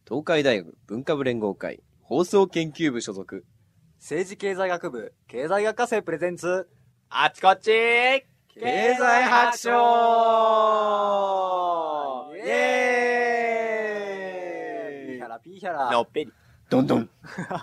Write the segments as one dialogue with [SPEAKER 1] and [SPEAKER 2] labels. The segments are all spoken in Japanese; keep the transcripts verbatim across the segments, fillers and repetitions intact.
[SPEAKER 1] 東海大学文化部連合会放送研究部所属
[SPEAKER 2] 政治経済学部経済学科生プレゼンツ
[SPEAKER 3] あっちこっち
[SPEAKER 1] 経済白書イエーイ
[SPEAKER 2] ピーヒャラピーヒャラ
[SPEAKER 3] のっぺり
[SPEAKER 1] どんどん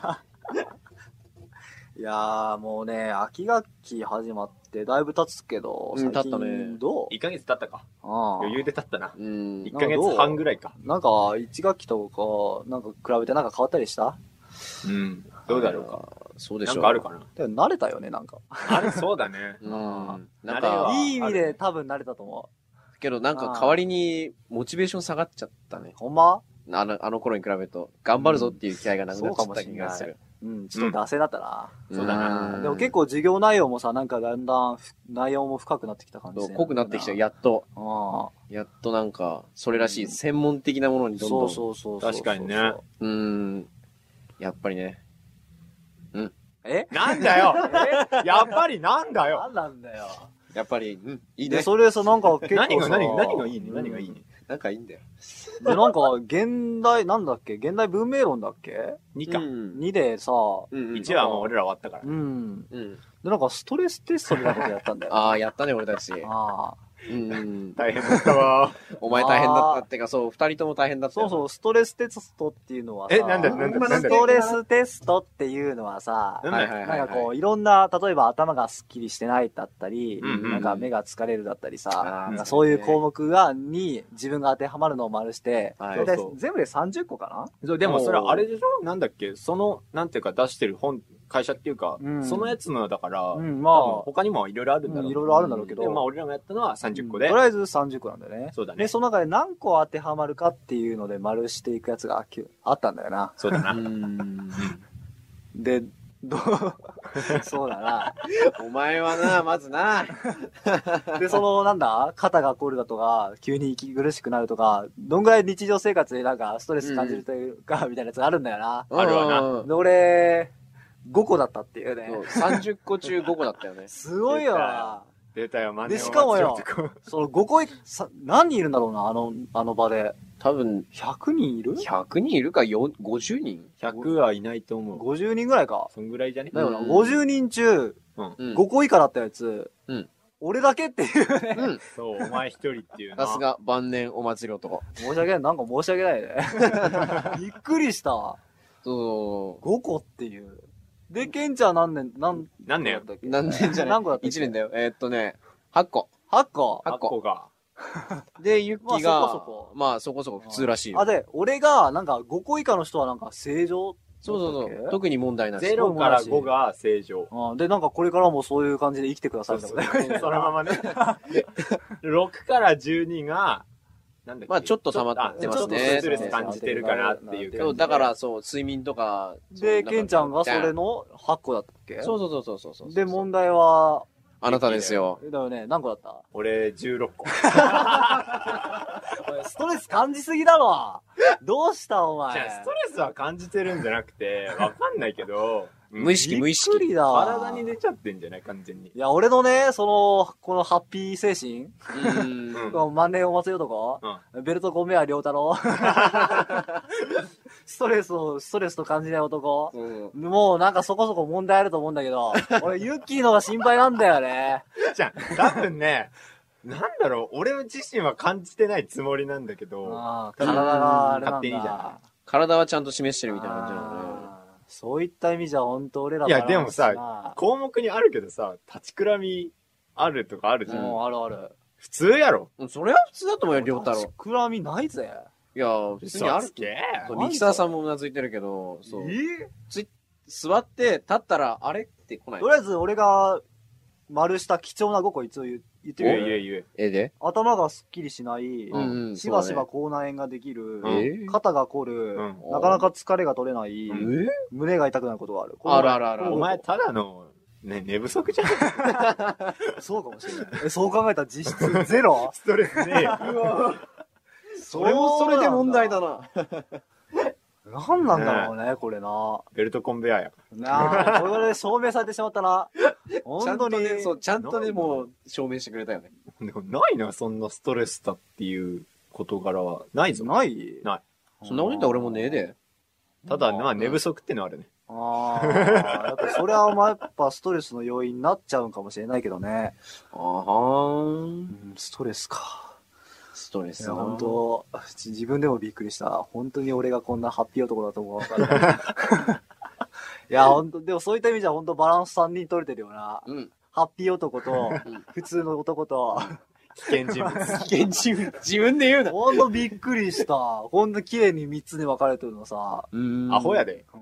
[SPEAKER 2] いやーもうね秋学期始まってだいぶ経つけど、
[SPEAKER 1] うん
[SPEAKER 2] 最近
[SPEAKER 1] 経ったね
[SPEAKER 2] どう
[SPEAKER 3] いっかげつ経ったか。
[SPEAKER 2] ああ
[SPEAKER 3] 余裕で経ったな。
[SPEAKER 1] うん
[SPEAKER 3] いっかげつはんぐらいか。
[SPEAKER 2] なんかいち学期とかなんか比べてなんか変わったりした
[SPEAKER 3] うん。どうだろうか。な
[SPEAKER 1] そうでしょう
[SPEAKER 3] んかあるかな。
[SPEAKER 2] でも慣れたよねなんか
[SPEAKER 3] あれ、そうだね。
[SPEAKER 1] うんなん
[SPEAKER 3] 慣れは
[SPEAKER 1] か
[SPEAKER 2] いい意味で
[SPEAKER 3] ある
[SPEAKER 2] 多分慣れたと思
[SPEAKER 1] けどなんか代わりにモチベーション下がっちゃったね
[SPEAKER 2] うほんま
[SPEAKER 1] あのあの頃に比べると頑張るぞっていう気合がなくなっちゃった気がする
[SPEAKER 2] うんちょっと惰性だったな、
[SPEAKER 3] そうだな
[SPEAKER 1] うん
[SPEAKER 2] でも結構授業内容もさなんかだんだん内容も深くなってきた感じ
[SPEAKER 1] そう濃くなってきたやっと
[SPEAKER 2] ああ
[SPEAKER 1] やっとなんかそれらしい専門的なものにどんどん
[SPEAKER 2] そうそうそうそう
[SPEAKER 3] 確かにね
[SPEAKER 1] うーんやっぱりね
[SPEAKER 2] え
[SPEAKER 3] なんだよやっぱりなんだよ
[SPEAKER 2] 何なんだよ
[SPEAKER 1] やっぱりうんいい
[SPEAKER 2] で
[SPEAKER 1] ね
[SPEAKER 2] それさなんか結構さ
[SPEAKER 3] 何が何が何がいいね何がいいね
[SPEAKER 1] なんかいいんだよ
[SPEAKER 2] でなんか現代なんだっけ現代文明論だっけ
[SPEAKER 3] にか。
[SPEAKER 1] うん
[SPEAKER 2] にでさ
[SPEAKER 1] うん
[SPEAKER 3] いちはもう俺ら終わったから
[SPEAKER 2] う。ん
[SPEAKER 1] うん
[SPEAKER 2] でなんかストレステストみたいなことやったんだよ
[SPEAKER 1] ああやったね俺たち
[SPEAKER 2] ああ
[SPEAKER 1] うん
[SPEAKER 3] 大変だったわ。
[SPEAKER 1] お前大変だったってかそう二人とも大変だった
[SPEAKER 2] そうそううストレステストっていうのはさ
[SPEAKER 3] えなんだなんだなんだ
[SPEAKER 2] ストレステストっていうのはさ
[SPEAKER 3] なんだ
[SPEAKER 1] はいはいはい
[SPEAKER 2] なんかこういろんな例えば頭がスッキリしてないだったり、
[SPEAKER 3] うんうん
[SPEAKER 2] なんか目が疲れるだったりさ、
[SPEAKER 1] あー
[SPEAKER 2] なんかそういう項目がに自分が当てはまるのを丸して、
[SPEAKER 1] はい
[SPEAKER 2] 大体
[SPEAKER 3] そうそう
[SPEAKER 2] 全部でさんじゅっこか
[SPEAKER 3] そうでもそれあれでしょなんだっけその、なんていうか出してる本、会社っていうか、
[SPEAKER 2] うん
[SPEAKER 3] そのやつのだから、
[SPEAKER 2] な。うん、
[SPEAKER 3] 多分
[SPEAKER 2] まあ、
[SPEAKER 3] 他にもいろいろあるんだろう。
[SPEAKER 2] うんいろいろあるんだろうけど
[SPEAKER 3] でもまあ俺らがやったのはさんじゅっこで。
[SPEAKER 2] とりあえずさんじゅっこなんだよね。
[SPEAKER 3] そうだね
[SPEAKER 2] で、その中で何個当てはまるかっていうので丸していくやつがきゅあったんだよな。
[SPEAKER 3] そうだな。
[SPEAKER 1] ん
[SPEAKER 2] で、どうそうだな。
[SPEAKER 1] お前はなまずな
[SPEAKER 2] で、その、なんだ肩が凝るだとか、急に息苦しくなるとか、どんぐらい日常生活でなんかストレス感じるというか、みたいなやつがあるんだよな。
[SPEAKER 3] あるわな
[SPEAKER 1] うん
[SPEAKER 2] で、俺、ごこだったっていうね
[SPEAKER 1] そ。うさんじゅっこ中ごこだったよね
[SPEAKER 2] すごいよな。
[SPEAKER 3] 出たよ、真似を
[SPEAKER 2] でしかもよ
[SPEAKER 3] 忘れてこ
[SPEAKER 2] そのごこい、さ、何人いるんだろうな、あの、あの場で。
[SPEAKER 1] 多分
[SPEAKER 2] ひゃくにんいる
[SPEAKER 1] ひゃくにんいるかよんごじゅうにん
[SPEAKER 3] ひゃくはいないと思う。
[SPEAKER 2] ごじゅうにんぐらいか。
[SPEAKER 3] そんぐらいじゃね
[SPEAKER 2] だよな、
[SPEAKER 1] うん
[SPEAKER 2] ごじゅうにん中、
[SPEAKER 1] うん
[SPEAKER 2] ごこ以下だったやつ、
[SPEAKER 1] うん
[SPEAKER 2] 俺だけっていうね。
[SPEAKER 1] うん
[SPEAKER 3] そう、お前一人っていうな。
[SPEAKER 1] さすが晩年お祭り男
[SPEAKER 2] 申し訳ない、なんか申し訳ないね。びっくりしたわ。
[SPEAKER 1] そ
[SPEAKER 2] ごこっていう。で、ケンちゃん何年、何、
[SPEAKER 3] 何年
[SPEAKER 2] だっけ
[SPEAKER 1] う何年じゃない
[SPEAKER 2] 何個だったっけ
[SPEAKER 1] いちねんだよえーっとねはっこ
[SPEAKER 2] はっこ。
[SPEAKER 1] はっこ
[SPEAKER 3] はっこが。
[SPEAKER 1] でユッキーが
[SPEAKER 2] まあそこそこ
[SPEAKER 1] まあそこそこ普通らしいよ
[SPEAKER 2] あ、で、俺が、なんかごこ以下の人はなんか正常
[SPEAKER 1] そうそう
[SPEAKER 2] だったっけ
[SPEAKER 1] そう特に問題なし
[SPEAKER 3] ゼロからごが正常。
[SPEAKER 2] うんで、なんかこれからもそういう感じで生きてくださいみたいなこと言われて
[SPEAKER 3] そのままね。で、ろくからじゅうにが、なんだっけ
[SPEAKER 1] まあちょっと溜まってますね
[SPEAKER 3] ちょっとストレス感じてるかなっていう感じで。
[SPEAKER 1] そうだからそう睡眠とか
[SPEAKER 2] で、ケンちゃんがそれ
[SPEAKER 1] の
[SPEAKER 2] のはっこだったっけ
[SPEAKER 1] そうそうそうそうそう
[SPEAKER 2] で、問題は、
[SPEAKER 1] あなたですよ
[SPEAKER 2] だよね、何個だった
[SPEAKER 3] 俺じゅうろっこ。
[SPEAKER 2] おいストレス感じすぎだろどうしたお前
[SPEAKER 3] じゃあストレスは感じてるんじゃなくて、わかんないけど、
[SPEAKER 1] 無意識無意識
[SPEAKER 2] びっくりだわ
[SPEAKER 3] 体に出ちゃってんじゃない完全に。
[SPEAKER 2] いや、俺のね、その、このハッピー精神、
[SPEAKER 1] うん
[SPEAKER 3] うん
[SPEAKER 2] この万年お祭り男、ベルトコンベア良太郎、ストレスを、ストレスと感じない男、
[SPEAKER 1] うん
[SPEAKER 2] もうなんかそこそこ問題あると思うんだけど、俺ユッキーのが心配なんだよね。
[SPEAKER 3] じゃあ、多分ね、なんだろう、俺自身は感じてないつもりなんだけど、
[SPEAKER 2] ああ、体があれなんだ。
[SPEAKER 3] 勝手にいいじゃない
[SPEAKER 1] 体はちゃんと示してるみたいな感じなのね
[SPEAKER 2] あーそういった意味じゃ本当俺ら
[SPEAKER 3] いやでもさ
[SPEAKER 2] な
[SPEAKER 3] 項目にあるけどさ、立ちくらみあるとかあるじゃん。
[SPEAKER 2] もうあるある。
[SPEAKER 3] 普通やろ。
[SPEAKER 1] うんそれは普通だと思うよ、りょうたろ
[SPEAKER 2] 立ちくらみないぜ。
[SPEAKER 1] いや、普通にある
[SPEAKER 3] す。げえ。
[SPEAKER 1] そうミキサーさんもうなずいてるけど、そう。
[SPEAKER 3] え
[SPEAKER 1] つい座って、立ったら、あれって来ない
[SPEAKER 2] と。りあえず俺が丸した貴重なごこ一応言言ってみる
[SPEAKER 3] 言え言え言え。
[SPEAKER 1] えで
[SPEAKER 2] 頭がすっきりしない、
[SPEAKER 1] うんうん
[SPEAKER 2] しばしば
[SPEAKER 1] そうだね
[SPEAKER 2] 口内炎ができる、
[SPEAKER 1] え
[SPEAKER 2] 肩が凝る、
[SPEAKER 3] うん
[SPEAKER 2] なかなか疲れが取れない、
[SPEAKER 3] うん
[SPEAKER 1] え
[SPEAKER 2] 胸が痛くなることがある。
[SPEAKER 1] あるあるある
[SPEAKER 3] お前ただの、ね、寝不足じゃん。
[SPEAKER 2] そうかもしれない。えそう考えたら実質ゼロ
[SPEAKER 3] ストレスねえよ。
[SPEAKER 1] それもそれで問題だな。
[SPEAKER 2] なんなんだろうね、これな。
[SPEAKER 3] ベルトコンベアや。
[SPEAKER 2] なあ、これで証明されてしまったな。
[SPEAKER 1] ちゃ
[SPEAKER 2] 本当に。
[SPEAKER 1] んとね、そう、ちゃんとね、もう、証明してくれたよね。
[SPEAKER 3] でもないな、そんなストレスだっていう事柄は。ないぞ。
[SPEAKER 2] ない
[SPEAKER 3] ない。
[SPEAKER 1] そんなこと言ったら俺もねえで。
[SPEAKER 3] ただ、まあ寝不足ってのはあるね。
[SPEAKER 2] ああ、やっぱそれはまあやっぱストレスの要因になっちゃうんかもしれないけどね。
[SPEAKER 1] あはー。
[SPEAKER 2] うんん、ストレスか。
[SPEAKER 1] ストレ
[SPEAKER 2] いや、
[SPEAKER 1] スな。
[SPEAKER 2] 本当自分でもびっくりした。本当に俺がこんなハッピー男だと思わなかった。いや、本当でもそういった意味じゃ本当バランスさんにん取れてるよな。
[SPEAKER 1] うん。
[SPEAKER 2] ハッピー男と、普通の男と、
[SPEAKER 3] 危険人物。
[SPEAKER 1] 危険自分、自分で言うな。
[SPEAKER 2] ほんとびっくりした。ほんと綺麗にみっつに分かれてるのさ。
[SPEAKER 1] うん
[SPEAKER 3] アホや。で。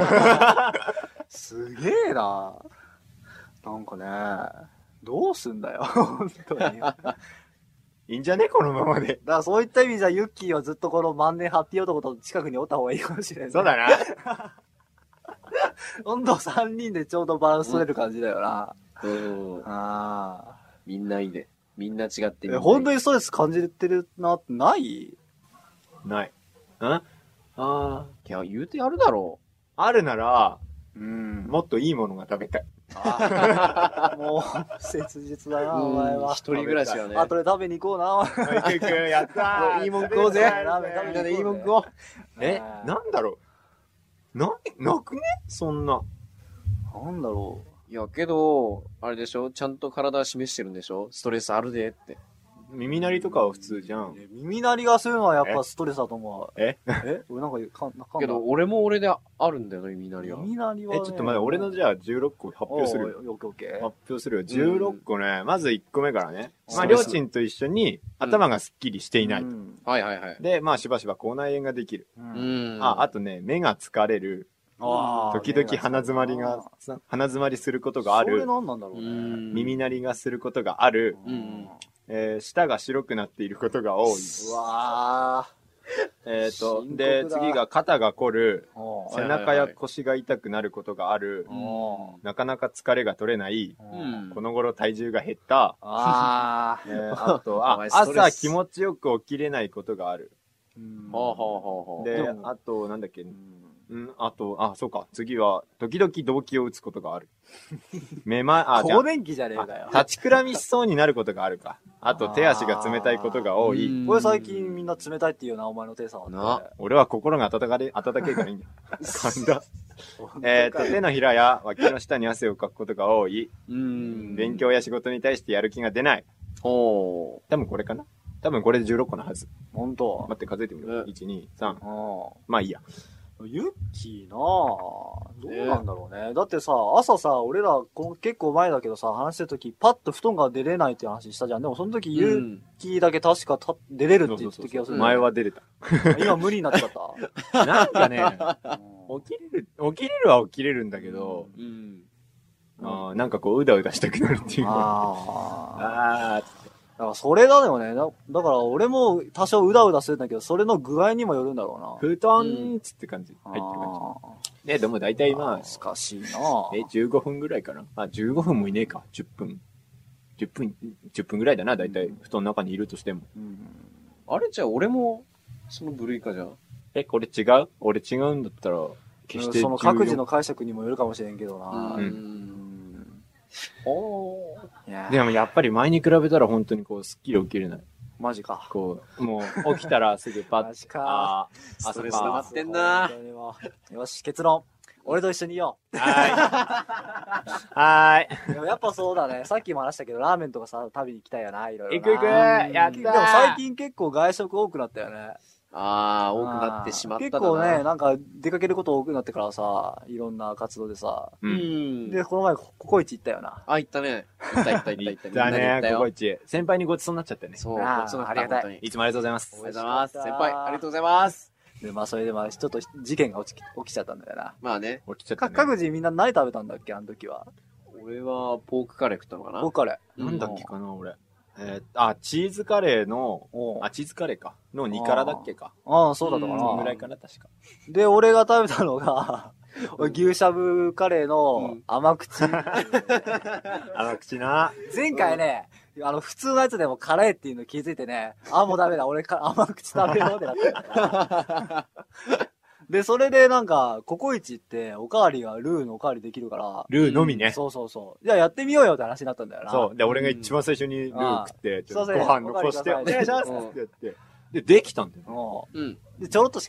[SPEAKER 2] すげえな。なんかね、どうすんだよ、本当に。だか
[SPEAKER 3] いいんじゃねこのままで。
[SPEAKER 2] らそういった意味じゃユッキーはずっとこの万年ハッピー男と近くにおった方がいいかもしれない。
[SPEAKER 3] そうだな。
[SPEAKER 2] ほんとさんにんでちょうどバランス取れる感じだよな。
[SPEAKER 1] うん。
[SPEAKER 2] あ
[SPEAKER 1] みんないいで。みんな違って
[SPEAKER 2] あ。え、
[SPEAKER 1] みんないい
[SPEAKER 2] ほんとにストレス感じてるなってない
[SPEAKER 3] ない。んああ。
[SPEAKER 1] いや、言うてやるだろ
[SPEAKER 3] あるなら、
[SPEAKER 2] うん。
[SPEAKER 3] もっといいものが食べたい。
[SPEAKER 2] もう、切実だな、
[SPEAKER 1] う。
[SPEAKER 2] お前は。
[SPEAKER 1] 一人暮らしはね。
[SPEAKER 2] 後で食べに行こうな。
[SPEAKER 3] 行く行く、やったー。
[SPEAKER 1] いいもん食おうぜ
[SPEAKER 2] ラーメン食べに行こうぜ
[SPEAKER 1] みんなでいいもん食おう。
[SPEAKER 3] え、なんだろう。な、なくねそんな。
[SPEAKER 2] なんだろ
[SPEAKER 1] いや、けど、あれでしょちゃんと体示してるんでしょストレスあるでって。
[SPEAKER 3] 耳鳴りとかは普通じゃん。
[SPEAKER 2] う。耳鳴りがするのはやっぱストレスだと思う。
[SPEAKER 3] え
[SPEAKER 2] え俺なんかかん、かんだ
[SPEAKER 1] けど、俺も俺であるんだよな、耳鳴りは。
[SPEAKER 2] 耳鳴りは、
[SPEAKER 3] え、
[SPEAKER 2] ね。
[SPEAKER 3] ちょっと待って、俺のじゃあじゅうろっこ発表するよ。
[SPEAKER 2] おうオッケーオッケー。
[SPEAKER 3] 発表するよ。じゅうろっこね。まずいっこめからね。まあ、
[SPEAKER 1] うん
[SPEAKER 3] りょうちんと一緒に頭がすっきりしていない。
[SPEAKER 2] うん
[SPEAKER 1] はいはいはい。
[SPEAKER 3] で、まあ、しばしば口内炎ができる。
[SPEAKER 2] う。
[SPEAKER 1] うんん。
[SPEAKER 3] あ、あとね、目が疲れる。
[SPEAKER 2] あー
[SPEAKER 3] 時々鼻詰まりが、鼻詰まりすることがあ
[SPEAKER 2] それ
[SPEAKER 3] る。
[SPEAKER 2] 何なんだろうね。
[SPEAKER 1] うん。
[SPEAKER 3] 耳鳴りがすることがある。
[SPEAKER 1] うん
[SPEAKER 3] えー舌が白くなっていることが多い。
[SPEAKER 2] うわ
[SPEAKER 3] えっと、
[SPEAKER 2] 深刻
[SPEAKER 3] で、
[SPEAKER 2] だ
[SPEAKER 3] 次が肩が凝る。
[SPEAKER 2] ー。おう
[SPEAKER 3] 背中や腰が痛くなることがある。
[SPEAKER 2] おう
[SPEAKER 3] なかなか疲れが取れない。
[SPEAKER 1] うん。
[SPEAKER 3] この頃体重が減った。
[SPEAKER 2] あ
[SPEAKER 3] えーあと、
[SPEAKER 1] お
[SPEAKER 3] あ
[SPEAKER 1] 前、ストレス
[SPEAKER 3] 朝気持ちよく起きれないことがある。
[SPEAKER 2] ー。
[SPEAKER 1] ほうほうほうほう。
[SPEAKER 3] で
[SPEAKER 2] で、も
[SPEAKER 3] あと、なんだっけ
[SPEAKER 2] う、ん
[SPEAKER 3] うん、あと、あ、そうか、次は、時々動悸を打つことがある。めま、あ、じゃ
[SPEAKER 2] 更年期じゃねえかよ。
[SPEAKER 3] あ、立ちくらみしそうになることがあるか。あと、手足が冷たいことが多い。
[SPEAKER 1] うん
[SPEAKER 2] これ最近みんな冷たいって言うな、お前の手さんはって。
[SPEAKER 1] な
[SPEAKER 3] 俺は心が温かれ、温けいからいいんだよ。噛んだ。
[SPEAKER 2] 本当か
[SPEAKER 3] えっと、手のひらや脇の下に汗をかくことが多い。
[SPEAKER 1] うん。
[SPEAKER 3] 勉強や仕事に対してやる気が出ない。
[SPEAKER 1] ほ
[SPEAKER 3] 多分これかな多分これでじゅうろっこのはず。
[SPEAKER 2] ほんと
[SPEAKER 3] 待。って、数えてみろ。
[SPEAKER 1] うん
[SPEAKER 3] いち、に、さん。
[SPEAKER 2] う
[SPEAKER 3] まあいいや。
[SPEAKER 2] ん。ユッキーなぁ。どうなんだろうね。だってさ、朝さ、俺らこの結構前だけどさ、話してるとき、パッと布団が出れないって話したじゃん。でもその時、
[SPEAKER 1] う。
[SPEAKER 2] ユッキーだけ確かた出れるって言ってた気がする。
[SPEAKER 3] 前は出れた。
[SPEAKER 2] 今無理になっちゃった。
[SPEAKER 3] なんかね、
[SPEAKER 2] うん
[SPEAKER 3] 起きれる、起きれるは起きれるんだけど、
[SPEAKER 1] うん。
[SPEAKER 3] あーなんかこう、うだうだしたくなるっていうか。
[SPEAKER 2] ああ。
[SPEAKER 3] あーつって。
[SPEAKER 2] だからそれだよね。だだから俺も多少うだうだするんだけど、それの具合にもよるんだろうな。
[SPEAKER 3] 布団つって感じ。入ってる感
[SPEAKER 2] あ
[SPEAKER 3] じ。ね、でも大体
[SPEAKER 2] ー
[SPEAKER 3] まあ、
[SPEAKER 2] 難しいな
[SPEAKER 3] え、じゅうごふんぐらいかな。あ、じゅうごふんもいねえか。じゅっぷん。じゅっぷん、じゅっぷんぐらいだな、大体。布団の中にいるとしても。
[SPEAKER 2] うん。
[SPEAKER 1] あれじゃあ俺も、その部類かじゃん。
[SPEAKER 3] え、これ違う俺違うんだったら、決して
[SPEAKER 2] その各自の解釈にもよるかもしれんけどな。
[SPEAKER 1] う
[SPEAKER 2] うんん。
[SPEAKER 1] おー。
[SPEAKER 2] いや
[SPEAKER 3] でもやっぱり前に比べたら本当にこう、すっきり起きれない。
[SPEAKER 2] マジか。
[SPEAKER 3] こう、もう起きたらすぐパッ
[SPEAKER 2] マジか。
[SPEAKER 3] あー
[SPEAKER 1] ストレス
[SPEAKER 3] 朝か
[SPEAKER 1] 溜まってんな
[SPEAKER 2] 本当にもうよし、結論。俺と一緒にいよ
[SPEAKER 3] はーい。はー
[SPEAKER 2] う。でもやっぱそうだね。さっきも話したけど、ラーメンとかさ、食べに行きたいよな、いろい
[SPEAKER 3] い。
[SPEAKER 2] ろな。
[SPEAKER 3] 行く行くやったー
[SPEAKER 2] でも最近結構外食多くなったよね。
[SPEAKER 1] あー、多くなってしまった
[SPEAKER 2] 結
[SPEAKER 1] だな。
[SPEAKER 2] 構ね、なんか出かけること多くなってからさ、いろんな活動でさ。
[SPEAKER 3] う。
[SPEAKER 1] うんん。
[SPEAKER 2] で、この前、ココイチ行ったよな。
[SPEAKER 1] あ、行ったね。行った行った行った行った。
[SPEAKER 3] だ
[SPEAKER 1] みんなで行っ
[SPEAKER 3] ね、
[SPEAKER 1] たよ
[SPEAKER 3] ココイチ。先輩にごちそうになっちゃったね。
[SPEAKER 1] そう、
[SPEAKER 2] あー
[SPEAKER 1] そうだった
[SPEAKER 2] ありがたい
[SPEAKER 1] 本当に
[SPEAKER 3] いつもありがとうございます。
[SPEAKER 1] ありがとうございます。
[SPEAKER 2] 美味しかった
[SPEAKER 1] 先輩、ありがとうございます。
[SPEAKER 2] で、まあそれでまあちょっと事件が起き起きちゃったんだよな。
[SPEAKER 1] まあね、
[SPEAKER 2] か、
[SPEAKER 3] 起きちゃったね。
[SPEAKER 2] 各自みんな何食べたんだっけ、あの時は。
[SPEAKER 1] 俺はポークカレー食ったのかな。
[SPEAKER 2] 僕カレー。
[SPEAKER 3] なんだっけかな、俺。えーあ、チーズカレーの、
[SPEAKER 2] おう
[SPEAKER 3] あ、チーズカレーか。のに辛だっけか。
[SPEAKER 2] ああ、そうだったか
[SPEAKER 1] うん
[SPEAKER 3] そんぐ
[SPEAKER 2] な。
[SPEAKER 3] らいかな、確か。
[SPEAKER 2] で、俺が食べたのが、牛しゃぶカレーの甘口。
[SPEAKER 3] 甘口な。
[SPEAKER 2] 前回ね、あの、普通のやつでも辛いっていうの気づいてね、あ、もうダメだ、俺か甘口食べようってなった。で、それでなんか、ココイチって、おかわりがルーのおかわりできるから、
[SPEAKER 3] ルーのみね。
[SPEAKER 2] そうそうそう。じゃあやってみようよって話になったんだよな。
[SPEAKER 3] そう。で、俺が一番最初にルー食って、ちょっと
[SPEAKER 2] そうそう
[SPEAKER 3] ご飯残して、お
[SPEAKER 2] おかわりください
[SPEAKER 3] 願いしますってやって。で、できたんだよ。
[SPEAKER 2] う
[SPEAKER 1] うん。
[SPEAKER 2] ん。で、ちょろっとしか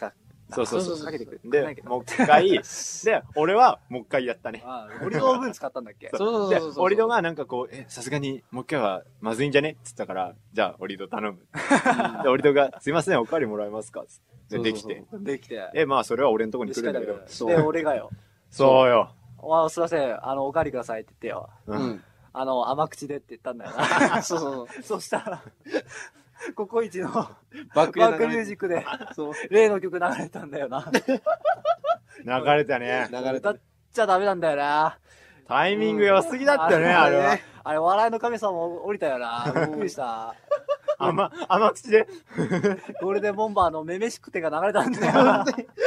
[SPEAKER 3] そうそうそう。
[SPEAKER 2] かけてくれ。
[SPEAKER 3] で、もう一回、で、俺はもう一回やったね。
[SPEAKER 2] ああ、折りの分使ったんだっけ？
[SPEAKER 1] そうそう
[SPEAKER 3] で
[SPEAKER 1] そうそう。、
[SPEAKER 3] 折り戸がなんかこう、え、さすがにもう一回はまずいんじゃねっつったから、じゃあ折り戸頼む。で、折り戸が、すいません、おかわりもらえますかつって。で、できて。
[SPEAKER 2] できて。
[SPEAKER 3] え、まあそれは俺のとこに来るんだけど。
[SPEAKER 1] そう
[SPEAKER 2] で、俺がよ。
[SPEAKER 3] そうよ。
[SPEAKER 2] あ、すいません、あの、おかわりくださいって言ってよ。
[SPEAKER 3] う。
[SPEAKER 1] うんん。
[SPEAKER 2] あの、甘口でって言ったんだよな。
[SPEAKER 1] そうそうそう。
[SPEAKER 2] そしたら、ココイチの
[SPEAKER 1] バック
[SPEAKER 2] バックミュー
[SPEAKER 1] で
[SPEAKER 2] ジックで、
[SPEAKER 1] そう。
[SPEAKER 2] 例の曲流れたんだよな。
[SPEAKER 3] 流れたね。
[SPEAKER 1] 流れ
[SPEAKER 2] 歌っちゃダメなんだよな。
[SPEAKER 3] タイミング良すぎだったよね、あれは。
[SPEAKER 2] あれ、笑いの神様も降りたよな。びっくりした。
[SPEAKER 3] 甘、甘口で。
[SPEAKER 2] ゴールデンボンバーのめめしくてが流れたんだよ。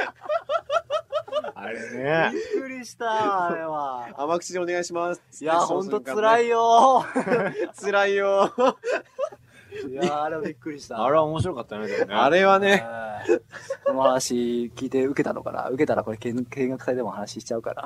[SPEAKER 3] あれね。
[SPEAKER 2] びっくりした、あれは。
[SPEAKER 1] 甘口でお願いします。
[SPEAKER 2] いや、ほんと辛いよ。
[SPEAKER 1] 辛いよ。
[SPEAKER 2] いや、あれはびっくりした。
[SPEAKER 3] あれは面白かったね、でもね。
[SPEAKER 1] あれはね。
[SPEAKER 2] この話聞いて受けたのかな？受けたらこれ見見学祭でも話しちゃうから。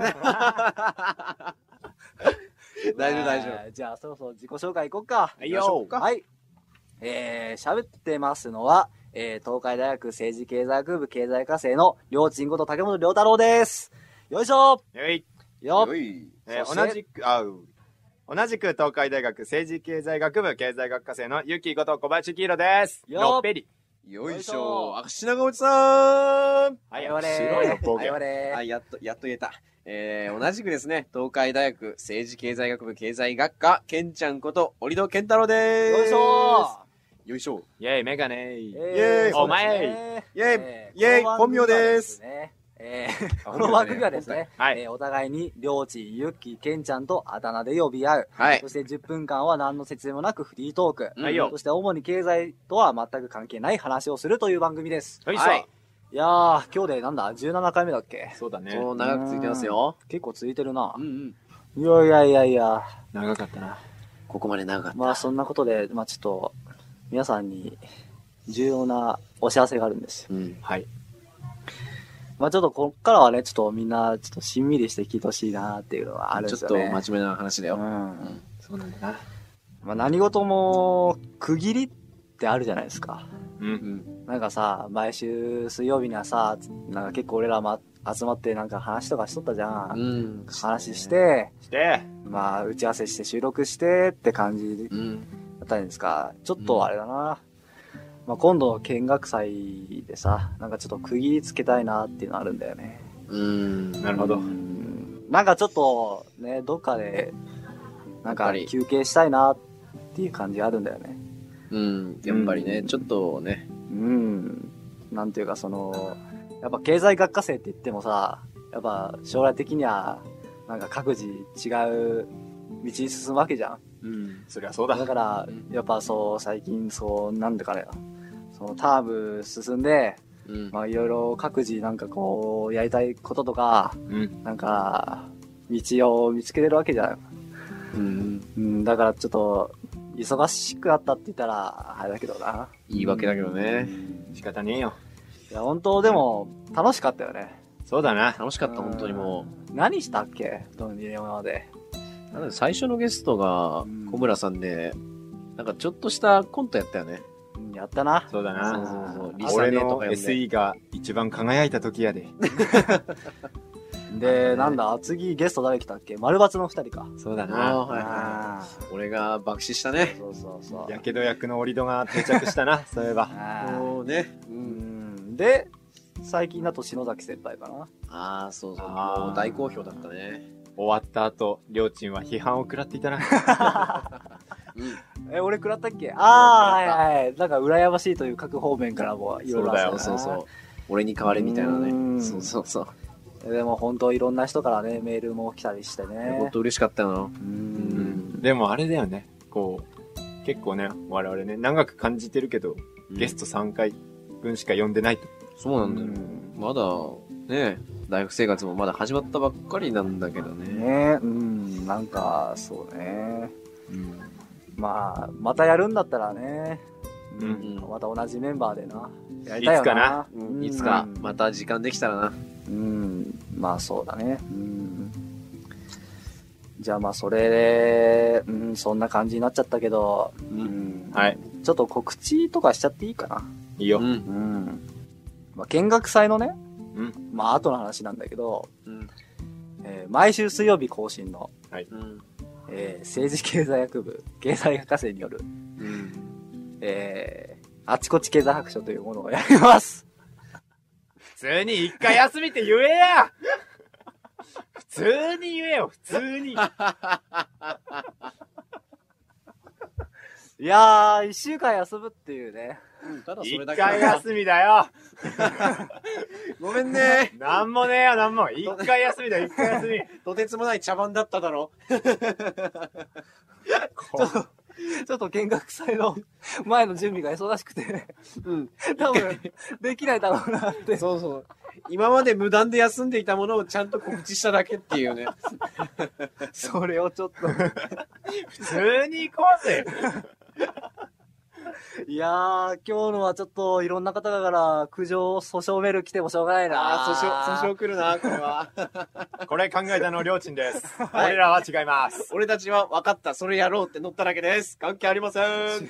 [SPEAKER 1] 大丈夫大丈
[SPEAKER 2] えーじゃあそろそろ自己紹介いこっか。
[SPEAKER 3] はいよ。
[SPEAKER 2] はい。えー、喋ってますのは、えー、東海大学政治経済学部経済科生のりょうちんこと竹本良太郎です。よいしょ
[SPEAKER 3] よい。
[SPEAKER 2] よっ
[SPEAKER 1] よい。
[SPEAKER 3] えー
[SPEAKER 2] そして
[SPEAKER 3] 同じく、あう。同じく東海大学政治経済学部経済学科生のゆきこと小林黄色です。
[SPEAKER 2] よっ
[SPEAKER 3] のっぺり。
[SPEAKER 1] よいし
[SPEAKER 2] よいしょ
[SPEAKER 1] ょ。あ、品川内さん。
[SPEAKER 3] はい、
[SPEAKER 2] 我々
[SPEAKER 3] 白いよ、ボケ。
[SPEAKER 2] 我々
[SPEAKER 1] はい、やっと、やっと言えた。えー、同じくですね、東海大学政治経済学部経済学科、けんちゃんこと、折戸健太郎でーす。
[SPEAKER 2] よいしょ
[SPEAKER 1] よいしょ。
[SPEAKER 3] イェイ、メガネ
[SPEAKER 2] ー
[SPEAKER 3] ー。
[SPEAKER 1] イェーイ
[SPEAKER 2] そうですね
[SPEAKER 3] お前
[SPEAKER 1] イェイ
[SPEAKER 2] えー
[SPEAKER 1] イェイ
[SPEAKER 2] この番組は
[SPEAKER 1] 本名です
[SPEAKER 2] ねえー
[SPEAKER 1] あ
[SPEAKER 2] この番組はですね、
[SPEAKER 3] はい
[SPEAKER 2] えーお互いに、りょうちん、ゆっき、けんちゃんとあだ名で呼び合う。
[SPEAKER 1] はい
[SPEAKER 2] そ。してじゅっぷんかんは何の説明もなくフリートーク。
[SPEAKER 3] はいよ
[SPEAKER 2] そして主に経済とは全く関係ない話をするという番組です。
[SPEAKER 3] よいしょ。
[SPEAKER 1] はい
[SPEAKER 2] いやー、今日でなんだ ?じゅうななかいめだっけ？
[SPEAKER 3] そうだね。
[SPEAKER 1] そう、長くついてますよ。
[SPEAKER 2] 結構続いてるな
[SPEAKER 1] う。んうん。
[SPEAKER 2] いやいやいやいや。
[SPEAKER 3] 長かったな。
[SPEAKER 1] ここまで長かった。
[SPEAKER 2] まあそんなことで、まあちょっと、皆さんに重要なお知らせがあるんですよ。
[SPEAKER 1] うん。
[SPEAKER 3] はい。
[SPEAKER 2] まあちょっとこっからはね、ちょっとみんなちょっとしんみりして聞いてほしいなっていうのはあるん
[SPEAKER 1] ちょっと
[SPEAKER 2] ですよね。
[SPEAKER 1] 真面目な話だよ。
[SPEAKER 2] うん。
[SPEAKER 3] そうなんだな。
[SPEAKER 2] まあ何事も区切りってあるじゃないですか。
[SPEAKER 3] う。
[SPEAKER 1] うんん。
[SPEAKER 2] なんかさ、毎週水曜日にはさ、なんか結構俺らも集まってなんか話とかしとったじゃん。
[SPEAKER 1] うん。
[SPEAKER 2] 話して、
[SPEAKER 3] して、
[SPEAKER 2] まあ打ち合わせして収録してって感じ
[SPEAKER 1] うん。
[SPEAKER 2] だったんですか。ちょっとあれだな。まあ今度見学祭でさ、なんかちょっと区切りつけたいなっていうのあるんだよね。
[SPEAKER 1] うん。
[SPEAKER 3] なるほど
[SPEAKER 2] う。んなんかちょっとね、どっかで、なんか
[SPEAKER 1] やっぱり
[SPEAKER 2] 休憩したいなっていう感じがあるんだよね。
[SPEAKER 1] うん。やっぱりね、
[SPEAKER 2] うん
[SPEAKER 1] ちょっとね。
[SPEAKER 2] うん。なんていうかその、やっぱ経済学科生って言ってもさ、やっぱ将来的には、なんか各自違う道に進むわけじゃん。
[SPEAKER 3] うん。そりゃそうだ。
[SPEAKER 2] だから、やっぱそう、最近そう、なんでかね、そのターム進んで、
[SPEAKER 1] うん。
[SPEAKER 2] まあいろいろ各自なんかこう、やりたいこととか、
[SPEAKER 3] うん。
[SPEAKER 2] なんか、道を見つけてるわけじゃん。
[SPEAKER 1] うん。
[SPEAKER 2] うん、だからちょっと、忙しくなったって言ったら、あれだけどな。
[SPEAKER 1] 言い訳だけどね。
[SPEAKER 3] 仕方ねえよ。
[SPEAKER 2] いや、本当でも、楽しかったよね。
[SPEAKER 3] そうだな。
[SPEAKER 1] 楽しかった、本当にも
[SPEAKER 2] 何したっけどの今まで。
[SPEAKER 1] う。なんだ最初のゲストが
[SPEAKER 2] うん
[SPEAKER 1] 小村さんで、なんかちょっとしたコントやったよね。
[SPEAKER 2] うんやったな。
[SPEAKER 3] そうだ
[SPEAKER 1] そう
[SPEAKER 3] な。
[SPEAKER 1] そうそう。リ
[SPEAKER 3] 俺
[SPEAKER 1] サネとか
[SPEAKER 3] の
[SPEAKER 1] 呼んで
[SPEAKER 3] エスイー が一番輝いた時やで。
[SPEAKER 2] で、なんだ、次ゲスト誰来たっけ丸抜の二人か。
[SPEAKER 1] ああ、
[SPEAKER 3] そうだな。
[SPEAKER 1] はいはいはい。俺が爆死したね。
[SPEAKER 2] そうそうそう。
[SPEAKER 3] やけど役の折り戸が定着したな、そういえば。
[SPEAKER 2] あー
[SPEAKER 1] そうね。う。
[SPEAKER 2] うんん。で、最近だと篠崎先輩かな。
[SPEAKER 1] ああ、そうそう。
[SPEAKER 3] あー
[SPEAKER 1] もう大好評だったね。
[SPEAKER 3] 終わった後、りょーちんは批判を食らっていたな。
[SPEAKER 1] うん。
[SPEAKER 2] え、俺食らったっけああ、はいはい。なんか羨ましいという各方面からもいろいろあったな
[SPEAKER 1] そうそうそう。俺に代われみたいな
[SPEAKER 2] う
[SPEAKER 1] ね。
[SPEAKER 2] ん
[SPEAKER 1] そうそうそう。
[SPEAKER 2] でも本当いろんな人からね、メールも来たりしてね。
[SPEAKER 1] 本当嬉しかったよ
[SPEAKER 2] う。ん。
[SPEAKER 3] でもあれだよね。こう、結構ね、我々ね、長く感じてるけど、
[SPEAKER 1] な。
[SPEAKER 3] ゲストさんかいぶんしか呼んでないと。
[SPEAKER 1] そうなんだよ。まだ、ね、大学生活もまだ始まったばっかりなんだけどね。
[SPEAKER 2] ねうん、なんか、そうね。
[SPEAKER 1] うん。
[SPEAKER 2] まあ、またやるんだったらね、
[SPEAKER 3] う。
[SPEAKER 1] うんん。
[SPEAKER 2] また同じメンバーでな。やりたいよ
[SPEAKER 3] いつかな
[SPEAKER 2] うん
[SPEAKER 1] いつか、また時間できたらな。
[SPEAKER 2] うん、まあそうだね。うん。じゃあまあそれで、うん、そんな感じになっちゃったけど、うん。
[SPEAKER 3] はい。
[SPEAKER 2] ちょっと告知とかしちゃっていいかな。
[SPEAKER 3] いいよ。
[SPEAKER 1] う。
[SPEAKER 2] うんん。 まあ、見学祭のね、
[SPEAKER 3] うん。
[SPEAKER 2] まあ後の話なんだけど、
[SPEAKER 1] うん。
[SPEAKER 2] えー毎週水曜日更新の、
[SPEAKER 1] うん。
[SPEAKER 2] えー政治経済学部経済学科生による、
[SPEAKER 1] うん。
[SPEAKER 2] えーあちこち経済白書というものをやります。
[SPEAKER 3] 普通に一回休みって言えや普通に言えよ、普通に。
[SPEAKER 2] いやー、一週間休むっていうね。
[SPEAKER 1] ただそ
[SPEAKER 3] 一
[SPEAKER 1] れだけだな。
[SPEAKER 3] 回休みだよ。
[SPEAKER 1] ごめんね。
[SPEAKER 3] なんもねえよ、なんも。一回休みだよ、一回休み。
[SPEAKER 1] とてつもない茶番だっただろ。
[SPEAKER 3] こ
[SPEAKER 2] ちょっと見学祭の前の準備が忙しくて、
[SPEAKER 1] うん。
[SPEAKER 2] 多分、できないだろうなって。
[SPEAKER 1] そうそう。今まで無断で休んでいたものをちゃんと告知しただけっていうね。
[SPEAKER 2] それをちょっと。
[SPEAKER 3] 普通に行こうぜ。
[SPEAKER 2] いやー、今日のはちょっといろんな方から苦情、訴訟メール来てもしょうがないな。
[SPEAKER 1] ああ、訴訟、訴訟来るな、これは。
[SPEAKER 3] これ考えたのりょうちんです。俺らは違います。
[SPEAKER 1] 俺たちは分かった、それやろうって乗っただけです。関係ありません。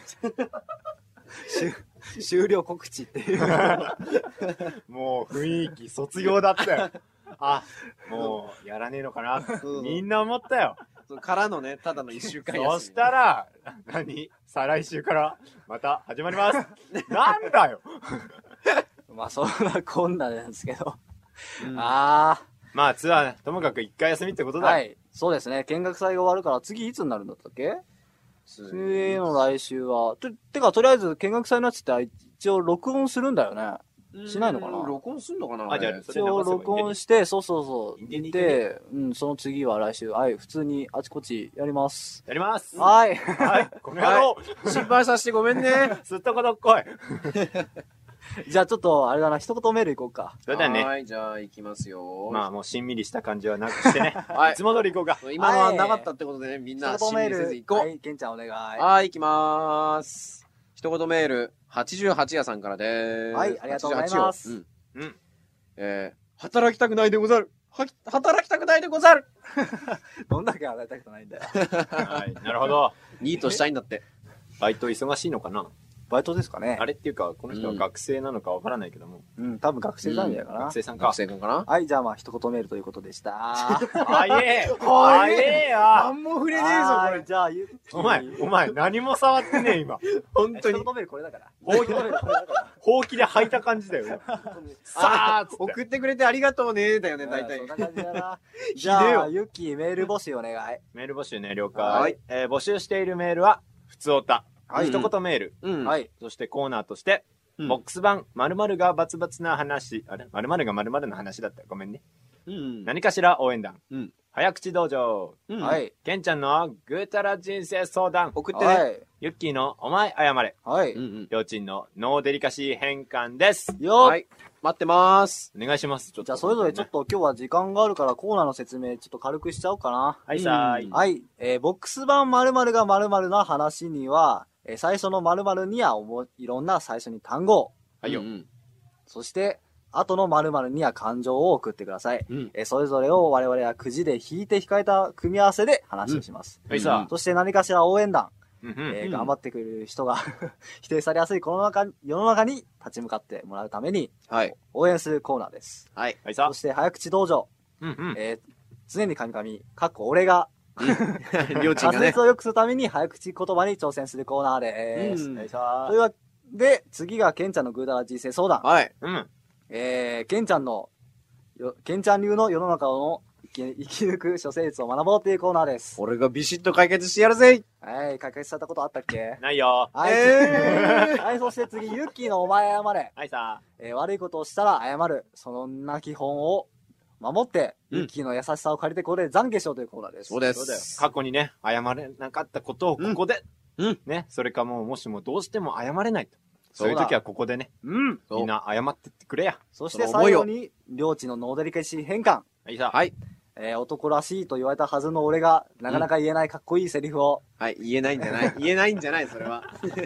[SPEAKER 2] 終了告知っていう。
[SPEAKER 3] もう雰囲気卒業だったよ。あ、もうやらねえのかな。みんな思ったよ。
[SPEAKER 1] そうからのね、ただの一週間休み。
[SPEAKER 3] そしたら、何再来週からまた始まります。なんだよ。
[SPEAKER 2] まあ、そんなこんななんですけど。
[SPEAKER 1] うん
[SPEAKER 2] あ
[SPEAKER 3] まあツアー、ともかく一回休みってこと
[SPEAKER 2] ー、
[SPEAKER 3] だ。
[SPEAKER 2] はい。そうですね。見学祭が終わるから次いつになるんだったっけ次の来週は。て、てか、とりあえず見学祭のやつって一応録音するんだよね。しないのかな
[SPEAKER 1] うん録音すんのかな
[SPEAKER 3] あじゃあ
[SPEAKER 1] れ
[SPEAKER 3] それ
[SPEAKER 2] 一応録音して、そうそうそう。
[SPEAKER 3] インディに
[SPEAKER 2] で、うん、その次は来週、はい、普通にあちこちやります。
[SPEAKER 3] やります。
[SPEAKER 2] はい。
[SPEAKER 3] はい。この野郎。
[SPEAKER 1] 心配させてごめんね。
[SPEAKER 3] すっとこどっこい。
[SPEAKER 2] じゃあちょっと、あれだな、一言メールいこうか。
[SPEAKER 3] それだね。
[SPEAKER 1] はい、じゃあ行きますよ。
[SPEAKER 3] まあもうしんみりした感じはなくしてね。
[SPEAKER 1] はい
[SPEAKER 3] いつも通り行こうか。
[SPEAKER 1] 今のはなかったってことでね、みんな
[SPEAKER 2] 一言メール
[SPEAKER 1] 心理せず行こう。
[SPEAKER 2] はい、ケンちゃんお願い。
[SPEAKER 1] はい、行きまーす。一言メール、はちじゅうはち夜さんからでーす。
[SPEAKER 2] はいありがとうございます
[SPEAKER 1] はちじゅうはち夜。うん。
[SPEAKER 3] うん。
[SPEAKER 1] えー、働きたくないでござる。は、働きたくないでござる。
[SPEAKER 2] どんだけ洗いたくないんだよ。
[SPEAKER 3] はい。なるほど。
[SPEAKER 1] ニートしたいんだって。
[SPEAKER 3] バイト忙しいのかな。
[SPEAKER 2] バイトですかね。
[SPEAKER 3] あれっていうか、この人は学生なのかわからないけども。
[SPEAKER 2] うん、多分学生なんじゃないかな。
[SPEAKER 3] 学生さんか
[SPEAKER 1] 学。生君かな
[SPEAKER 2] はい、じゃあまあ一言メールということでした。
[SPEAKER 3] あええあええよ
[SPEAKER 1] 何も触れねえぞ、これ
[SPEAKER 2] はい。じゃあ、ゆっきー
[SPEAKER 3] お前、お前、何も触ってねえ、今。
[SPEAKER 1] 本当に
[SPEAKER 2] 一。言メールこれだから。
[SPEAKER 3] ほう
[SPEAKER 2] 一言メールこれだから。
[SPEAKER 3] ほうきで履いた感じだよ。さあ、つって
[SPEAKER 1] 送ってくれてありがとうね、だよね、大体
[SPEAKER 2] そん。な感じだな。じ
[SPEAKER 1] ひでえよ
[SPEAKER 2] ゃあ、ゆっきーメール募集お願い。
[SPEAKER 3] メール募集ね、了解。
[SPEAKER 1] はい
[SPEAKER 3] えー募集しているメールは、ふつおた。
[SPEAKER 2] はい
[SPEAKER 3] 一言メール。
[SPEAKER 1] うん。。
[SPEAKER 2] はいい。
[SPEAKER 3] そしてコーナーとして、
[SPEAKER 1] うん
[SPEAKER 3] ボックス版、〇〇がバツバツな話、あれ〇〇が〇〇の話だった。ごめんね。
[SPEAKER 1] うん。
[SPEAKER 3] 何かしら応援団。
[SPEAKER 1] うん。
[SPEAKER 3] 早口道場。
[SPEAKER 1] うん
[SPEAKER 2] はい。
[SPEAKER 3] ケンちゃんのぐーたら人生相談。
[SPEAKER 1] 送ってね。
[SPEAKER 2] はい。
[SPEAKER 3] ユッキーのお前謝れ。
[SPEAKER 2] はい。
[SPEAKER 1] うんうん。
[SPEAKER 3] りょうちんのノーデリカシー変換です。
[SPEAKER 2] よっ
[SPEAKER 1] はい。待ってまーす。
[SPEAKER 3] お願いします。ちょっと。
[SPEAKER 2] じゃあ、それぞれちょっと今日は時間があるからコーナーの説明ちょっと軽くしちゃおうかな。
[SPEAKER 3] はいさーい。
[SPEAKER 1] うん
[SPEAKER 2] はい。えー、ボックス版〇〇が〇〇な話には、えー最初の〇〇にはおもいろんな最初に単語、
[SPEAKER 3] はいよ
[SPEAKER 1] うんうん
[SPEAKER 2] そして、後の〇〇には感情を送ってください。
[SPEAKER 1] うん。
[SPEAKER 2] えーそれぞれを我々はくじで引いて控えた組み合わせで話をします。
[SPEAKER 3] はいさ
[SPEAKER 2] そして何かしら応援団、
[SPEAKER 3] ー。うんうん
[SPEAKER 2] えー
[SPEAKER 1] うん
[SPEAKER 2] 頑張ってくれる人が否定されやすいこの中世の中に立ち向かってもらうために
[SPEAKER 1] はい。
[SPEAKER 2] 応援するコーナーです。
[SPEAKER 1] はい。
[SPEAKER 3] はいさ
[SPEAKER 2] そして早口道場、
[SPEAKER 3] ー。うんうん。
[SPEAKER 2] えー常に神々、かっこ俺が
[SPEAKER 1] りょうちんがね
[SPEAKER 2] 滑舌。を良くするために早口言葉に挑戦するコーナーです。
[SPEAKER 1] うん
[SPEAKER 2] という
[SPEAKER 3] はいさ
[SPEAKER 2] わけで、次がケンちゃんのグーダラ人生相談。
[SPEAKER 1] はい。
[SPEAKER 3] ー。うん。
[SPEAKER 2] えー、ケンちゃんの、よケンちゃん流の世の中の生き生き抜く諸生術を学ぼうというコーナーです。
[SPEAKER 1] 俺がビシッと解決してやるぜ。
[SPEAKER 2] はい、解決されたことあったっけ
[SPEAKER 3] ないよ。
[SPEAKER 2] はい、
[SPEAKER 1] えー
[SPEAKER 2] はい、そして次、ユッキーのお前謝れ。
[SPEAKER 3] はいさ
[SPEAKER 2] えー悪いことをしたら謝る。そんな基本を守って、
[SPEAKER 1] うん
[SPEAKER 2] ユッキーの優しさを借りてここで懺悔しようというコーナーです。
[SPEAKER 3] ー。
[SPEAKER 1] そうで
[SPEAKER 3] そうだよ。
[SPEAKER 1] す。
[SPEAKER 3] 過去にね、謝れなかったことをここで。
[SPEAKER 1] うんうん
[SPEAKER 3] ね。それかもう、もしもどうしても謝れないと。
[SPEAKER 1] そうだ
[SPEAKER 3] そういう時はここでね。うん。
[SPEAKER 1] そう
[SPEAKER 3] みんな謝ってってくれや。
[SPEAKER 2] そして
[SPEAKER 1] その思いを
[SPEAKER 2] 最後に、領地のノーデリカシー変換。
[SPEAKER 3] はいさ。
[SPEAKER 1] はい。
[SPEAKER 2] えー男らしいと言われたはずの俺が、なかなか言えないかっこいいセリフを、
[SPEAKER 1] はい。言えないんじゃない。言えないんじゃない、それは。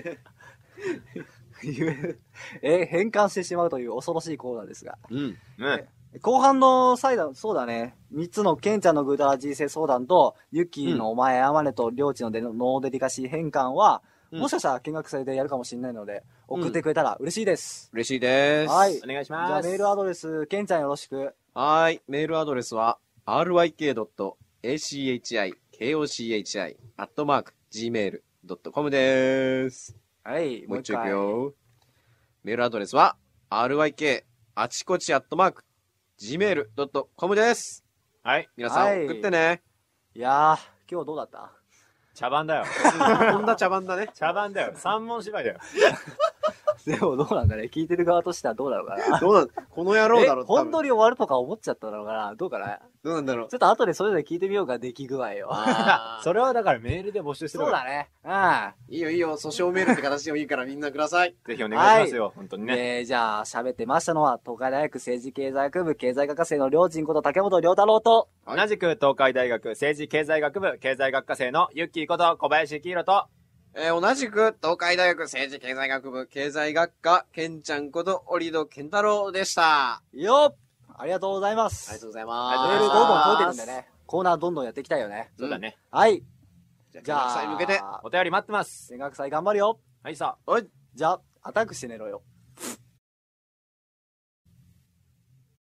[SPEAKER 2] 言ええー変換してしまうという恐ろしいコーナーですが。
[SPEAKER 1] うん。
[SPEAKER 3] うん。
[SPEAKER 2] 後半の際だ、そうだね。三つのケンちゃんのグータラ人生相談と、ユッキーのお前謝れと、領地のでノーデリカシー変換は、
[SPEAKER 1] うん
[SPEAKER 2] もしかしたら見学祭でやるかもしれないので、送ってくれたら嬉しいです。
[SPEAKER 1] 嬉しいです。
[SPEAKER 2] はい
[SPEAKER 3] お願いし
[SPEAKER 2] じゃあ
[SPEAKER 3] ます。
[SPEAKER 2] メールアドレス、ケンちゃんよろしく。
[SPEAKER 1] はーい。メールアドレスは、アールワイケードットエーシーエイチアイケーオーシーエイチアイ アットマーク ジーメールドットコム でーす。
[SPEAKER 2] はい、
[SPEAKER 1] もう一度いくよ。メールアドレスは、アールワイケー あちこちアットマーク ジーメールドットコム です。
[SPEAKER 3] はい。
[SPEAKER 1] 皆さん
[SPEAKER 2] はい
[SPEAKER 1] 送ってね。
[SPEAKER 2] いやー、今日どうだった
[SPEAKER 3] 茶番だよ。
[SPEAKER 1] こんな茶番だね。
[SPEAKER 3] 茶番だよ。三文芝居だよ。
[SPEAKER 2] でもどうなんだね。聞いてる側としてはどうだろうかな。
[SPEAKER 1] どうなんこの野郎だろ、
[SPEAKER 2] え本当
[SPEAKER 1] に。
[SPEAKER 2] に終わるとか思っちゃったのかなどうかな
[SPEAKER 1] どうなんだろう
[SPEAKER 2] ちょ。っと後でそれぞれ聞いてみようか、出来具合を。
[SPEAKER 1] あー
[SPEAKER 3] それはだからメールで募集する
[SPEAKER 2] そうだね。うん。
[SPEAKER 1] いいよいいよ、訴訟メールって形でもいいからみんなください。
[SPEAKER 3] ぜひお願いしますよ。本当にね。
[SPEAKER 2] で、じゃあ、喋ってましたのは、東海大学政治経済学部経済学科生の両人こと竹本良太郎と、
[SPEAKER 1] はい
[SPEAKER 3] 同じく東海大学政治経済学部経済学科生のユッキーこと小林幸宏と、
[SPEAKER 1] えー同じく東海大学政治経済学部経済学科ケンちゃんこと折戸健太郎でした。
[SPEAKER 2] よっありがとうございます。
[SPEAKER 1] ありがとうござい
[SPEAKER 2] メ
[SPEAKER 1] ます。
[SPEAKER 2] ールどんどん届いてるんでね。コーナーどんどんやっていきたいよね。
[SPEAKER 3] そうだね。
[SPEAKER 2] はい。
[SPEAKER 1] じゃあ、見学祭に向けて。
[SPEAKER 3] お便り待ってます。
[SPEAKER 2] 見学祭頑張るよ。
[SPEAKER 3] はいさ。
[SPEAKER 1] はい。
[SPEAKER 2] じゃあ、アタックして寝ろよ。